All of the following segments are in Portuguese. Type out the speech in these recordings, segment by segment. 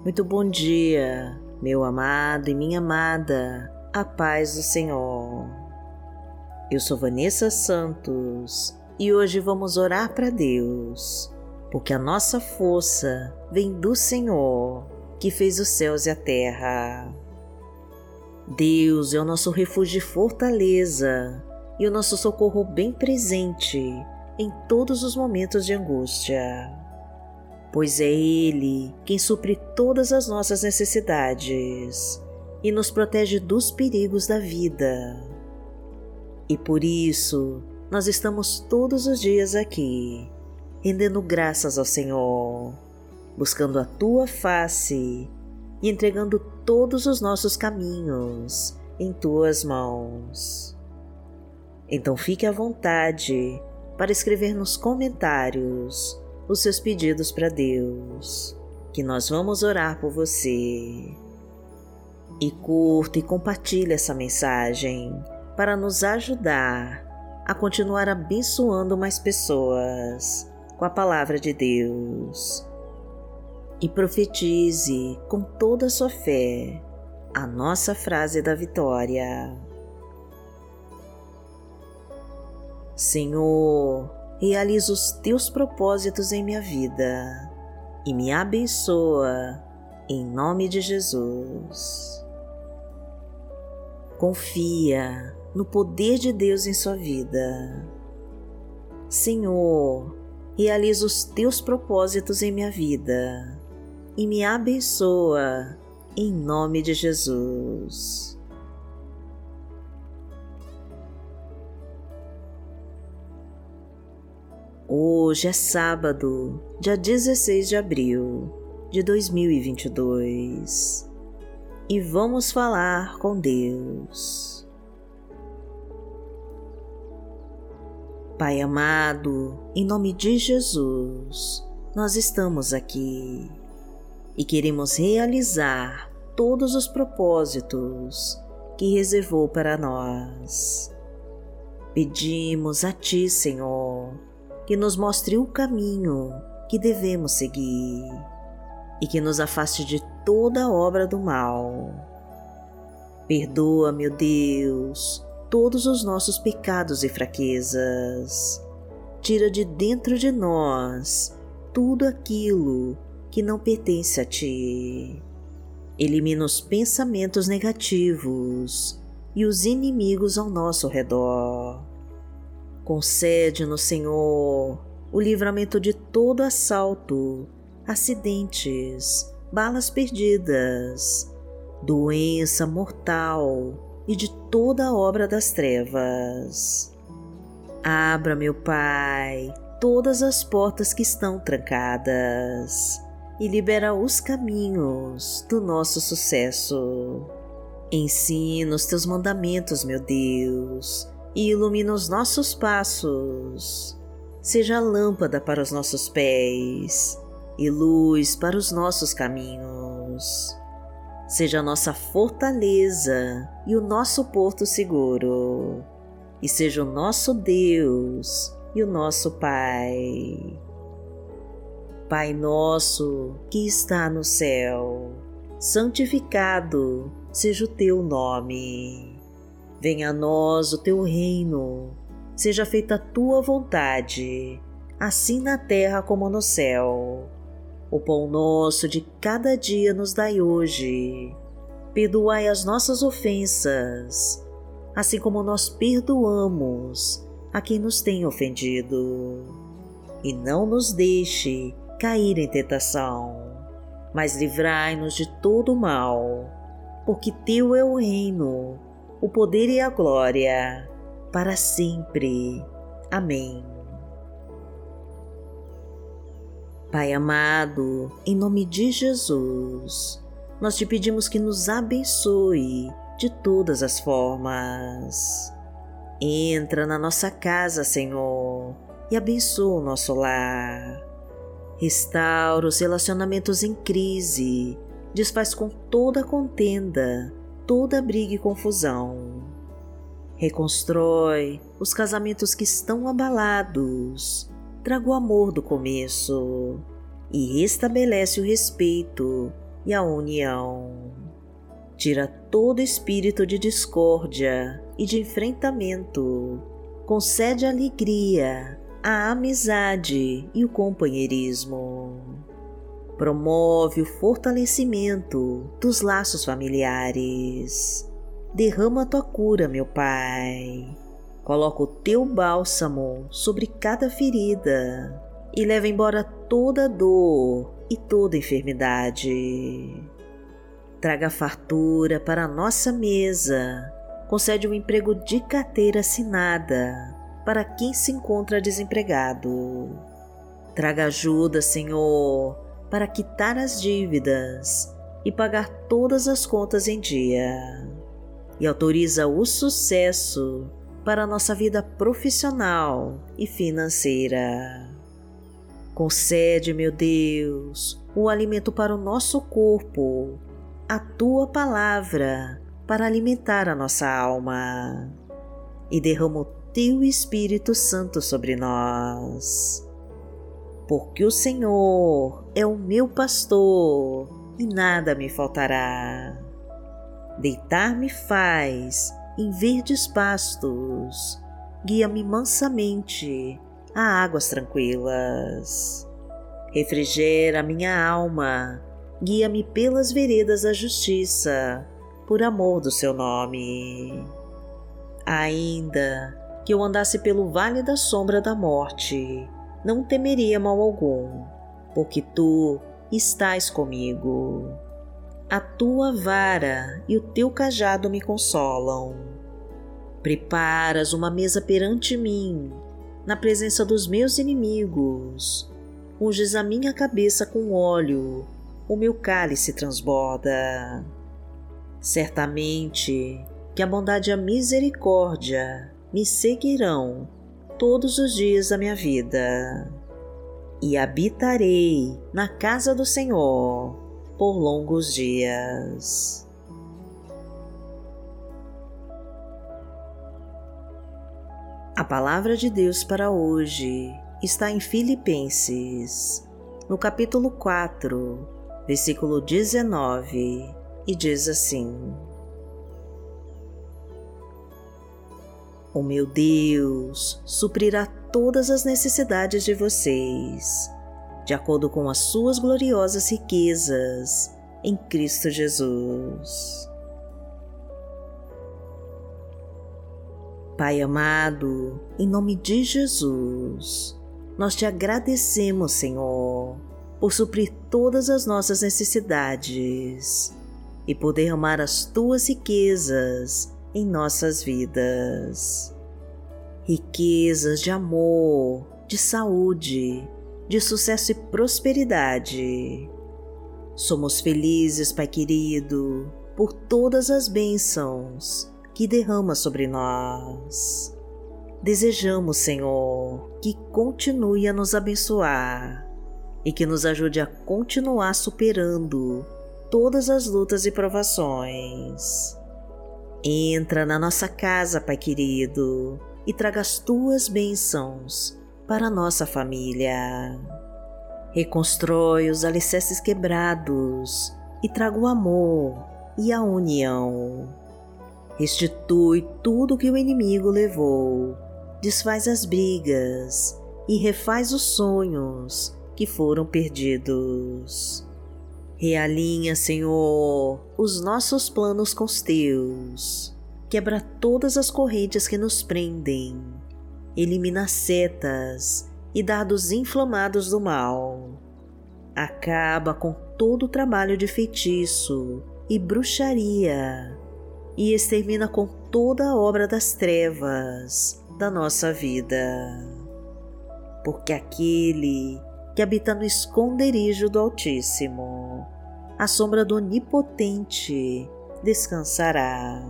Muito bom dia, meu amado e minha amada, a paz do Senhor. Eu sou Vanessa Santos e hoje vamos orar para Deus, porque a nossa força vem do Senhor, que fez os céus e a terra. Deus é o nosso refúgio e fortaleza e o nosso socorro bem presente em todos os momentos de angústia. Pois é Ele quem supre todas as nossas necessidades e nos protege dos perigos da vida. E por isso, nós estamos todos os dias aqui, rendendo graças ao Senhor, buscando a Tua face e entregando todos os nossos caminhos em Tuas mãos. Então fique à vontade para escrever nos comentários os seus pedidos para Deus, que nós vamos orar por você. E curta e compartilhe essa mensagem para nos ajudar a continuar abençoando mais pessoas com a palavra de Deus. E profetize com toda a sua fé a nossa frase da vitória. Senhor, realiza os Teus propósitos em minha vida e me abençoa, em nome de Jesus. Confia no poder de Deus em sua vida. Senhor, realiza os Teus propósitos em minha vida e me abençoa, em nome de Jesus. Hoje é sábado, dia 16 de abril de 2022 e vamos falar com Deus. Pai amado, em nome de Jesus, nós estamos aqui e queremos realizar todos os propósitos que reservou para nós. Pedimos a Ti, Senhor, que nos mostre o caminho que devemos seguir e que nos afaste de toda obra do mal. Perdoa, meu Deus, todos os nossos pecados e fraquezas. Tira de dentro de nós tudo aquilo que não pertence a Ti. Elimina os pensamentos negativos e os inimigos ao nosso redor. Concede-nos, Senhor, o livramento de todo assalto, acidentes, balas perdidas, doença mortal e de toda obra das trevas. Abra, meu Pai, todas as portas que estão trancadas e libera os caminhos do nosso sucesso. Ensina os Teus mandamentos, meu Deus, e ilumina os nossos passos. Seja lâmpada para os nossos pés e luz para os nossos caminhos. Seja a nossa fortaleza e o nosso porto seguro. E seja o nosso Deus e o nosso Pai. Pai nosso que está no céu, santificado seja o Teu nome. Venha a nós o Teu reino, seja feita a Tua vontade, assim na terra como no céu. O pão nosso de cada dia nos dai hoje. Perdoai as nossas ofensas, assim como nós perdoamos a quem nos tem ofendido. E não nos deixe cair em tentação, mas livrai-nos de todo o mal, porque Teu é o reino, o poder e a glória, para sempre. Amém. Pai amado, em nome de Jesus, nós Te pedimos que nos abençoe de todas as formas. Entra na nossa casa, Senhor, e abençoa o nosso lar. Restaura os relacionamentos em crise, desfaz com toda contenda, toda briga e confusão. Reconstrói os casamentos que estão abalados, traga o amor do começo e restabelece o respeito e a união. Tira todo espírito de discórdia e de enfrentamento. Concede a alegria, a amizade e o companheirismo. Promove o fortalecimento dos laços familiares. Derrama a tua cura, meu Pai. Coloca o teu bálsamo sobre cada ferida e leva embora toda dor e toda enfermidade. Traga fartura para a nossa mesa. Concede um emprego de carteira assinada para quem se encontra desempregado. Traga ajuda, Senhor, para quitar as dívidas e pagar todas as contas em dia. E autoriza o sucesso para a nossa vida profissional e financeira. Concede, meu Deus, o alimento para o nosso corpo, a Tua palavra para alimentar a nossa alma, e derrama o Teu Espírito Santo sobre nós. Porque o Senhor é o meu pastor e nada me faltará. Deitar-me faz em verdes pastos, guia-me mansamente a águas tranquilas. Refrigera minha alma, guia-me pelas veredas da justiça, por amor do seu nome. Ainda que eu andasse pelo vale da sombra da morte, não temeria mal algum, porque tu estás comigo. A tua vara e o teu cajado me consolam. Preparas uma mesa perante mim, na presença dos meus inimigos. Unges a minha cabeça com óleo, o meu cálice transborda. Certamente que a bondade e a misericórdia me seguirão todos os dias da minha vida, e habitarei na casa do Senhor por longos dias. A palavra de Deus para hoje está em Filipenses, no capítulo 4, versículo 19, e diz assim: O meu Deus suprirá todas as necessidades de vocês, de acordo com as suas gloriosas riquezas em Cristo Jesus. Pai amado, em nome de Jesus, nós te agradecemos, Senhor, por suprir todas as nossas necessidades e por derramar as tuas riquezas em nossas vidas. Riquezas de amor, de saúde, de sucesso e prosperidade. Somos felizes, Pai querido, por todas as bênçãos que derrama sobre nós. Desejamos, Senhor, que continue a nos abençoar e que nos ajude a continuar superando todas as lutas e provações. Entra na nossa casa, Pai querido, e traga as tuas bênçãos para a nossa família. Reconstrói os alicerces quebrados e traga o amor e a união. Restitui tudo que o inimigo levou, desfaz as brigas e refaz os sonhos que foram perdidos. Realinha, Senhor, os nossos planos com os teus. Quebra todas as correntes que nos prendem. Elimina setas e dardos inflamados do mal. Acaba com todo o trabalho de feitiço e bruxaria e extermina com toda a obra das trevas da nossa vida. Porque aquele que habita no esconderijo do Altíssimo, à sombra do Onipotente, descansará.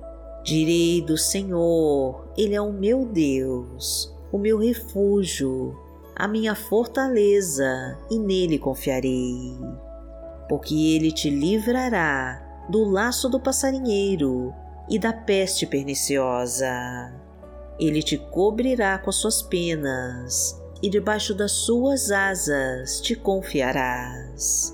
Direi do Senhor, Ele é o meu Deus, o meu refúgio, a minha fortaleza, e nele confiarei. Porque Ele te livrará do laço do passarinheiro e da peste perniciosa. Ele te cobrirá com as suas penas, e debaixo das suas asas te confiarás.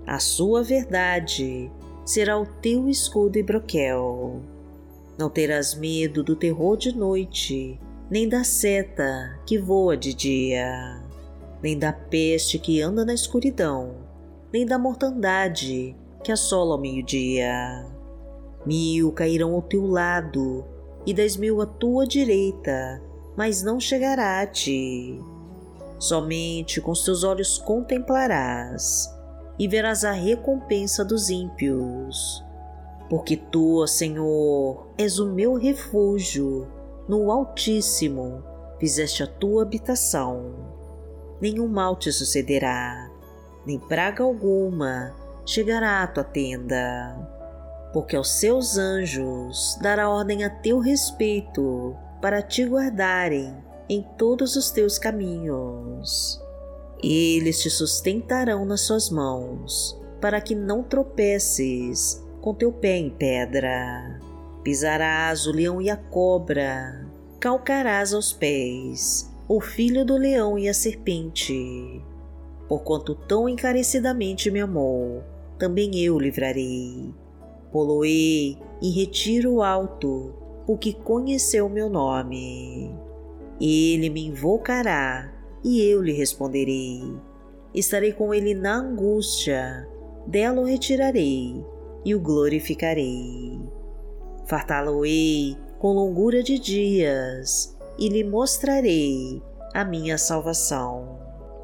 A sua verdade será o teu escudo e broquel. Não terás medo do terror de noite, nem da seta que voa de dia, nem da peste que anda na escuridão, nem da mortandade que assola ao meio-dia. 1000 cairão ao teu lado e 10.000 à tua direita, mas não chegará a ti. Somente com os teus olhos contemplarás e verás a recompensa dos ímpios. Porque tu, ó Senhor, és o meu refúgio, no Altíssimo fizeste a tua habitação. Nenhum mal te sucederá, nem praga alguma chegará à tua tenda. Porque aos seus anjos dará ordem a teu respeito, para te guardarem em todos os teus caminhos. Eles te sustentarão nas suas mãos, para que não tropeces com teu pé em pedra. Pisarás o leão e a cobra, calcarás aos pés o filho do leão e a serpente. Porquanto tão encarecidamente me amou, também eu o livrarei. Poloei em retiro alto, porque conheceu meu nome. Ele me invocará e eu lhe responderei. Estarei com ele na angústia, dela o retirarei e o glorificarei. Fartá-lo-ei com longura de dias e lhe mostrarei a minha salvação.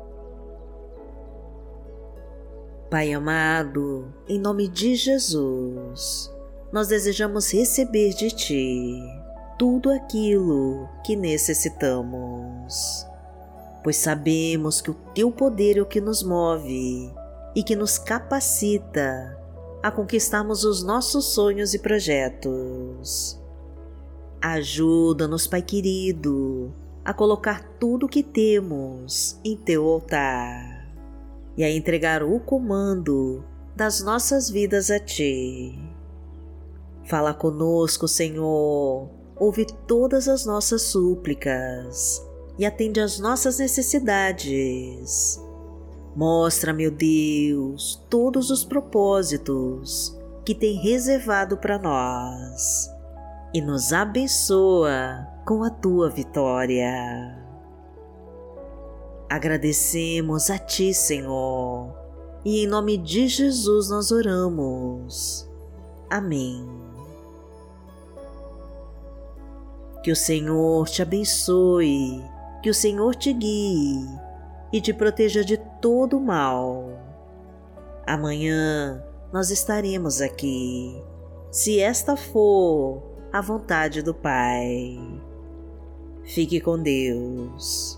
Pai amado, em nome de Jesus, nós desejamos receber de Ti tudo aquilo que necessitamos, pois sabemos que o Teu poder é o que nos move e que nos capacita a conquistarmos os nossos sonhos e projetos. Ajuda-nos, Pai querido, a colocar tudo o que temos em Teu altar e a entregar o comando das nossas vidas a Ti. Fala conosco, Senhor, ouve todas as nossas súplicas e atende às nossas necessidades. Mostra, meu Deus, todos os propósitos que tem reservado para nós e nos abençoa com a Tua vitória. Agradecemos a Ti, Senhor, e em nome de Jesus nós oramos. Amém. Que o Senhor te abençoe, que o Senhor te guie e te proteja de todo o mal. Amanhã nós estaremos aqui, se esta for a vontade do Pai. Fique com Deus.